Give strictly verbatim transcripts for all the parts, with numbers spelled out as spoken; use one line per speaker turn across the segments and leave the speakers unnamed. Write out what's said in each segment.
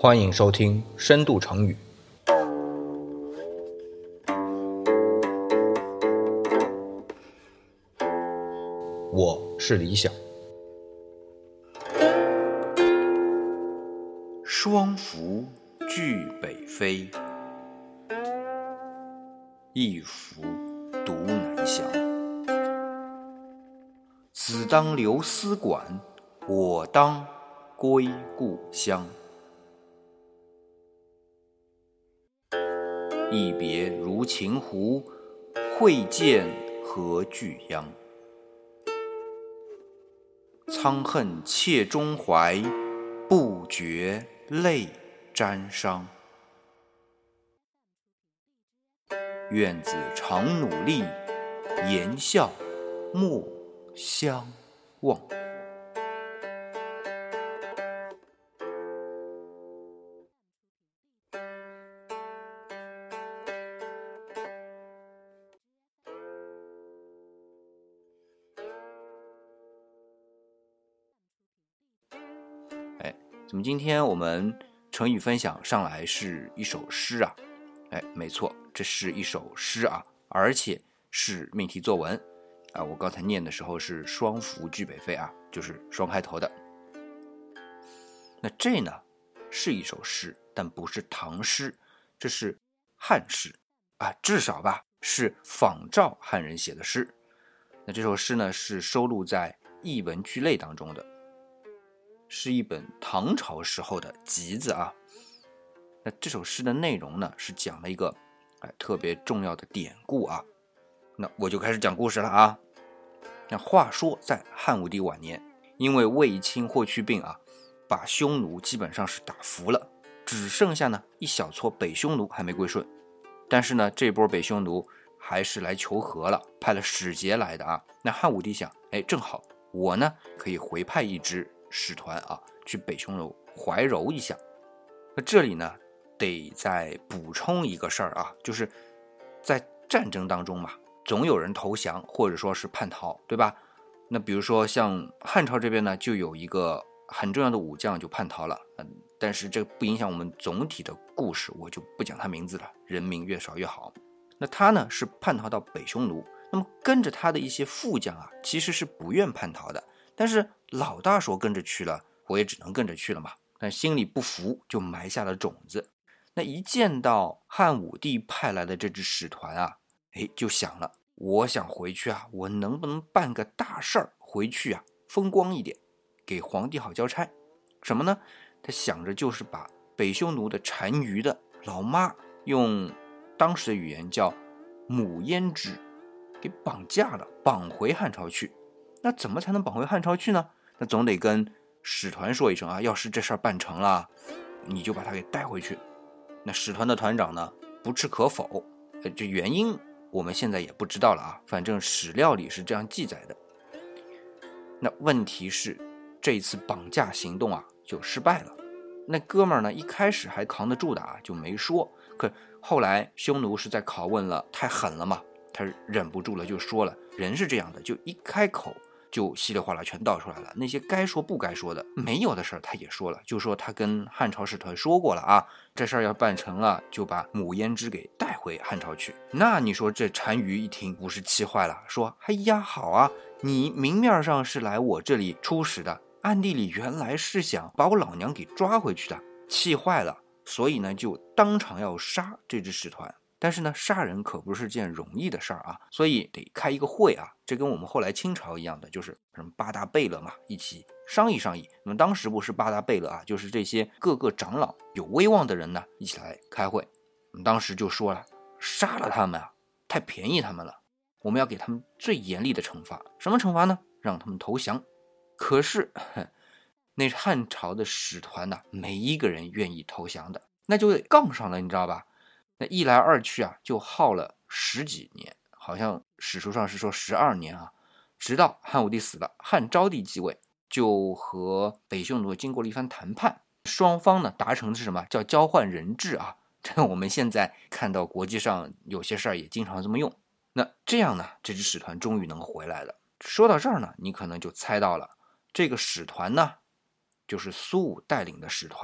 欢迎收听深度成语。我是理想。
双凫俱北飞，一夫独南翔。子当留丝管，我当归故乡。一别如秦湖，会见何惧殃。仓恨切中怀，不觉泪沾裳。愿子常努力，言笑莫相忘。哎，怎么今天我们成语分享上来是一首诗啊？哎，没错，这是一首诗啊，而且是命题作文啊。我刚才念的时候是双凫俱北飞啊，就是双开头的。那这呢是一首诗，但不是唐诗，这是汉诗啊，至少吧是仿照汉人写的诗。那这首诗呢是收录在《艺文聚类》当中的，是一本唐朝时候的集子啊。那这首诗的内容呢是讲了一个、哎、特别重要的典故啊。那我就开始讲故事了啊。那话说在汉武帝晚年，因为卫青霍去病啊，把匈奴基本上是打服了，只剩下呢一小撮北匈奴还没归顺。但是呢这波北匈奴还是来求和了，派了使节来的啊。那汉武帝想，哎，正好我呢可以回派一支使团啊，去北匈奴怀柔一下。那这里呢得再补充一个事儿啊，就是在战争当中嘛，总有人投降或者说是叛逃，对吧？那比如说像汉朝这边呢，就有一个很重要的武将就叛逃了，嗯，但是这不影响我们总体的故事，我就不讲他名字了，人名越少越好。那他呢是叛逃到北匈奴，那么跟着他的一些副将啊，其实是不愿叛逃的，但是老大说跟着去了，我也只能跟着去了嘛，但心里不服，就埋下了种子。那一见到汉武帝派来的这支使团啊，哎，就想了，我想回去啊，我能不能办个大事儿回去啊，风光一点，给皇帝好交差。什么呢？他想着就是把北匈奴的单于的老妈，用当时的语言叫母胭脂，给绑架了，绑回汉朝去。那怎么才能绑回汉朝去呢？那总得跟使团说一声啊，要是这事儿办成了，你就把他给带回去。那使团的团长呢不置可否，这原因我们现在也不知道了啊，反正史料里是这样记载的。那问题是这次绑架行动啊就失败了。那哥们儿呢一开始还扛得住的啊，就没说，可后来匈奴实在拷问了太狠了嘛，他忍不住了就说了，人是这样的，就一开口就稀里哗啦全倒出来了，那些该说不该说的没有的事儿他也说了，就说他跟汉朝使团说过了啊，这事儿要办成了就把母胭脂给带回汉朝去。那你说这单于一听不是气坏了，说哎呀好啊，你明面上是来我这里出使的，暗地里原来是想把我老娘给抓回去的，气坏了，所以呢就当场要杀这支使团。但是呢杀人可不是件容易的事儿啊，所以得开一个会啊，这跟我们后来清朝一样的，就是什么八大贝勒嘛，一起商议商议。那么当时不是八大贝勒啊，就是这些各个长老有威望的人呢一起来开会。我们当时就说了，杀了他们啊太便宜他们了，我们要给他们最严厉的惩罚。什么惩罚呢？让他们投降。可是那汉朝的使团呢、啊，没一个人愿意投降的，那就杠上了，你知道吧？那一来二去啊，就耗了十几年，好像史书上是说十二年啊，直到汉武帝死了，汉昭帝继位，就和北匈奴经过了一番谈判，双方呢达成的是什么？叫交换人质啊。这我们现在看到国际上有些事儿也经常这么用。那这样呢，这支使团终于能回来了。说到这儿呢，你可能就猜到了，这个使团呢，就是苏武带领的使团。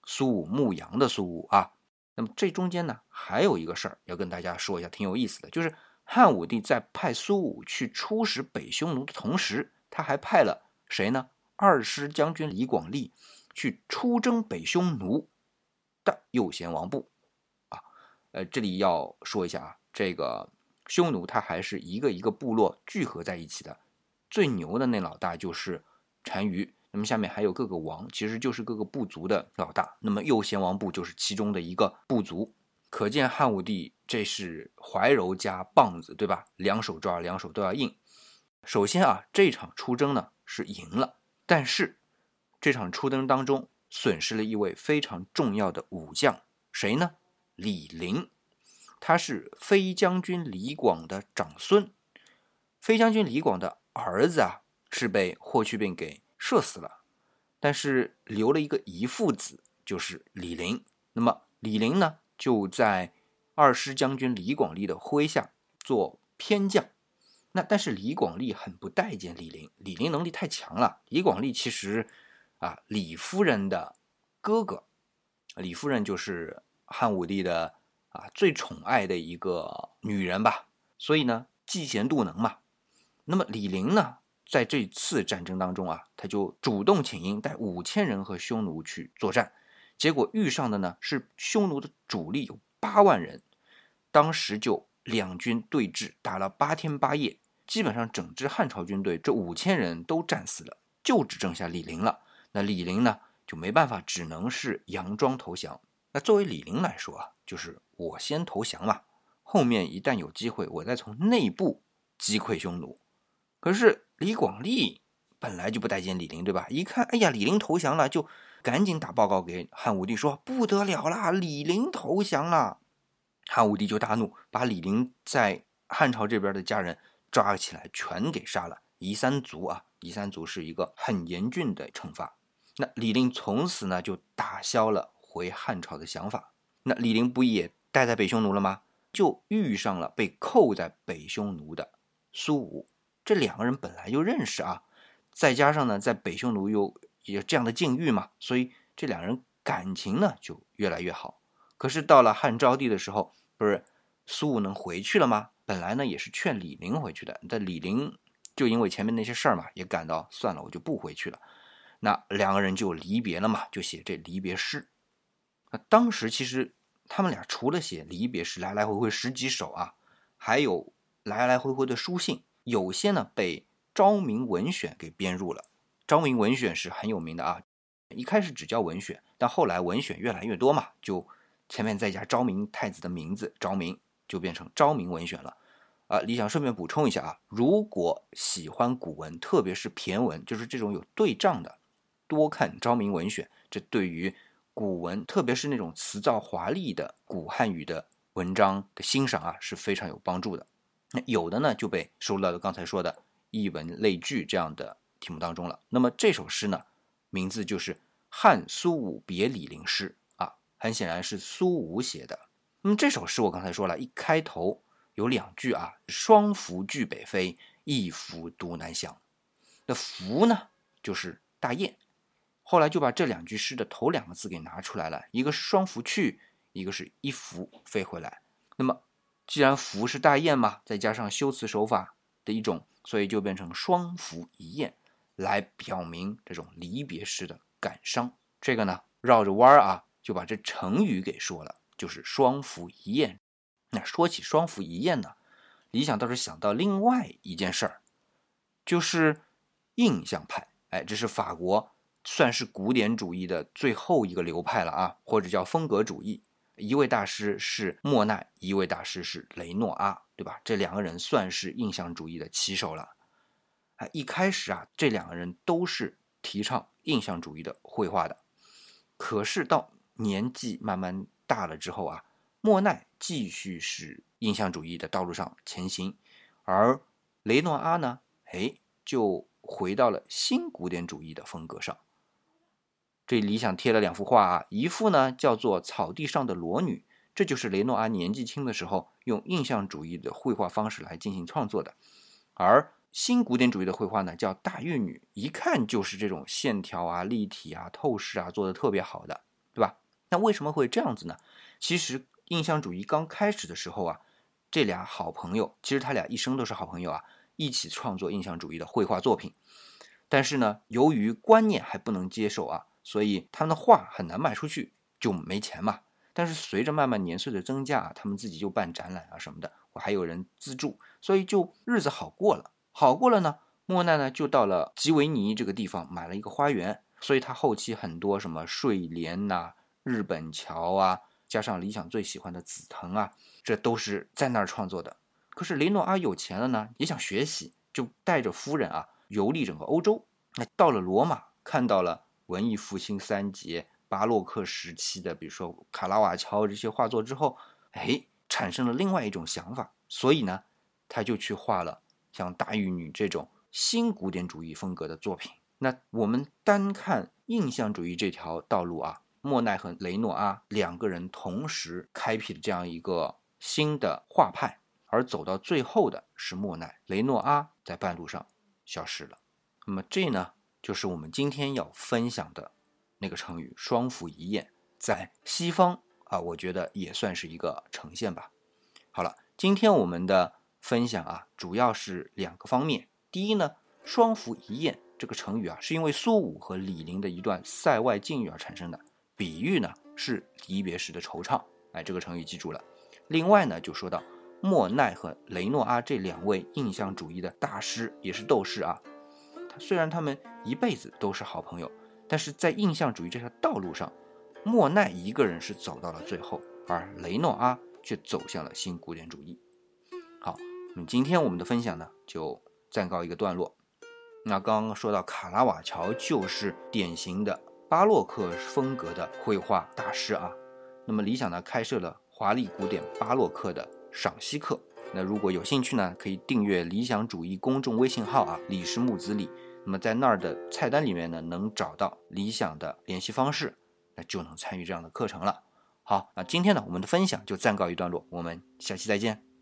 苏武牧羊的苏武啊。那么这中间呢，还有一个事儿要跟大家说一下，挺有意思的，就是汉武帝在派苏武去出使北匈奴的同时，他还派了谁呢？二师将军李广利去出征北匈奴的右贤王部啊。呃，这里要说一下啊，这个匈奴它还是一个一个部落聚合在一起的，最牛的那老大就是单于，那么下面还有各个王，其实就是各个部族的老大，那么右贤王部就是其中的一个部族。可见汉武帝这是怀柔加棒子，对吧？两手抓，两手都要硬。首先啊，这场出征呢是赢了，但是这场出征当中损失了一位非常重要的武将，谁呢？李陵。他是飞将军李广的长孙，飞将军李广的儿子啊是被霍去病给射死了，但是留了一个遗腹子，就是李陵。那么李陵呢，就在二师将军李广利的麾下做偏将。那但是李广利很不待见李陵，李陵能力太强了。李广利其实啊，李夫人的哥哥，李夫人就是汉武帝的啊最宠爱的一个女人吧，所以呢，嫉贤妒能嘛。那么李陵呢，在这次战争当中啊，他就主动请缨，带五千人和匈奴去作战。结果遇上的呢是匈奴的主力有八万人，当时就两军对峙，打了八天八夜，基本上整支汉朝军队这五千人都战死了，就只剩下李陵了。那李陵呢就没办法，只能是佯装投降。那作为李陵来说啊，就是我先投降嘛，后面一旦有机会，我再从内部击溃匈奴。可是李广利本来就不待见李陵，对吧？一看，哎呀，李陵投降了，就赶紧打报告给汉武帝说，不得了啦，李陵投降了。汉武帝就大怒，把李陵在汉朝这边的家人抓起来，全给杀了，夷三族啊，夷三族是一个很严峻的惩罚。那李陵从此呢就打消了回汉朝的想法。那李陵不也待在北匈奴了吗？就遇上了被扣在北匈奴的苏武。这两个人本来就认识啊，再加上呢在北匈奴又有这样的境遇嘛，所以这两人感情呢就越来越好。可是到了汉昭帝的时候，不是苏武能回去了吗？本来呢也是劝李陵回去的，但李陵就因为前面那些事儿嘛，也感到算了，我就不回去了。那两个人就离别了嘛，就写这离别诗。那当时其实他们俩除了写离别诗，来来回回十几首啊，还有来来回回的书信，有些呢被昭明文选给编入了。昭明文选是很有名的啊，一开始只叫文选，但后来文选越来越多嘛，就前面再加昭明太子的名字昭明，就变成昭明文选了。啊，李想顺便补充一下啊，如果喜欢古文，特别是骈文，就是这种有对仗的，多看昭明文选，这对于古文，特别是那种词藻华丽的古汉语的文章的欣赏啊，是非常有帮助的。那有的呢就被收到了刚才说的译文类聚这样的题目当中了。那么这首诗呢，名字就是《汉苏武别李陵诗》啊，很显然是苏武写的。那么这首诗我刚才说了，一开头有两句啊，双凫俱北飞，一凫独南翔。那凫呢就是大雁，后来就把这两句诗的头两个字给拿出来了，一个是双凫去，一个是一凫飞回来。那么既然凫是大雁嘛，再加上修辞手法的一种，所以就变成双凫一雁，来表明这种离别诗的感伤。这个呢绕着弯啊，就把这成语给说了，就是双凫一雁。那说起双凫一雁呢，李想倒是想到另外一件事儿，就是印象派。哎，这是法国算是古典主义的最后一个流派了啊，或者叫风格主义。一位大师是莫奈，一位大师是雷诺阿，对吧？这两个人算是印象主义的旗手了。哎，一开始啊，这两个人都是提倡印象主义的绘画的。可是到年纪慢慢大了之后啊，莫奈继续是印象主义的道路上前行，而雷诺阿呢，哎，就回到了新古典主义的风格上。这里想贴了两幅画啊，一幅呢叫做《草地上的裸女》，这就是雷诺阿年纪轻的时候用印象主义的绘画方式来进行创作的。而新古典主义的绘画呢叫《大玉女》，一看就是这种线条啊、立体啊、透视啊做得特别好的。 对吧？那为什么会这样子呢？其实印象主义刚开始的时候啊，这俩好朋友，其实他俩一生都是好朋友啊，一起创作印象主义的绘画作品。但是呢，由于观念还不能接受啊，所以他们的画很难卖出去，就没钱嘛。但是随着慢慢年岁的增加啊，他们自己就办展览啊什么的，我还有人资助，所以就日子好过了。好过了呢，莫奈呢就到了吉维尼这个地方买了一个花园，所以他后期很多什么睡莲呐、啊、日本桥啊，加上理想最喜欢的紫藤啊，这都是在那儿创作的。可是雷诺阿有钱了呢，也想学习，就带着夫人啊游历整个欧洲。那到了罗马，看到了文艺复兴三杰、巴洛克时期的，比如说卡拉瓦乔这些画作之后，哎，产生了另外一种想法，所以呢，他就去画了像大玉女这种新古典主义风格的作品。那我们单看印象主义这条道路啊，莫奈和雷诺阿两个人同时开辟了这样一个新的画派，而走到最后的是莫奈，雷诺阿在半路上消失了。那么这呢，就是我们今天要分享的那个成语双福一宴，在西方啊，我觉得也算是一个呈现吧。好了，今天我们的分享啊，主要是两个方面。第一呢，双福一宴这个成语啊，是因为苏武和李陵的一段塞外境遇而产生的，比喻呢是离别时的惆怅，哎，这个成语记住了。另外呢，就说到莫奈和雷诺阿这两位印象主义的大师，也是斗士啊。虽然他们一辈子都是好朋友，但是在印象主义这条道路上，莫奈一个人是走到了最后，而雷诺阿却走向了新古典主义。好，那么今天我们的分享呢，就暂告一个段落。那刚刚说到卡拉瓦乔就是典型的巴洛克风格的绘画大师啊。那么理想呢，开设了华丽古典巴洛克的赏析课。那如果有兴趣呢，可以订阅理想主义公众微信号啊，李氏木子李。那么在那儿的菜单里面呢，能找到理想的联系方式，那就能参与这样的课程了。好，那今天呢，我们的分享就暂告一段落，我们下期再见。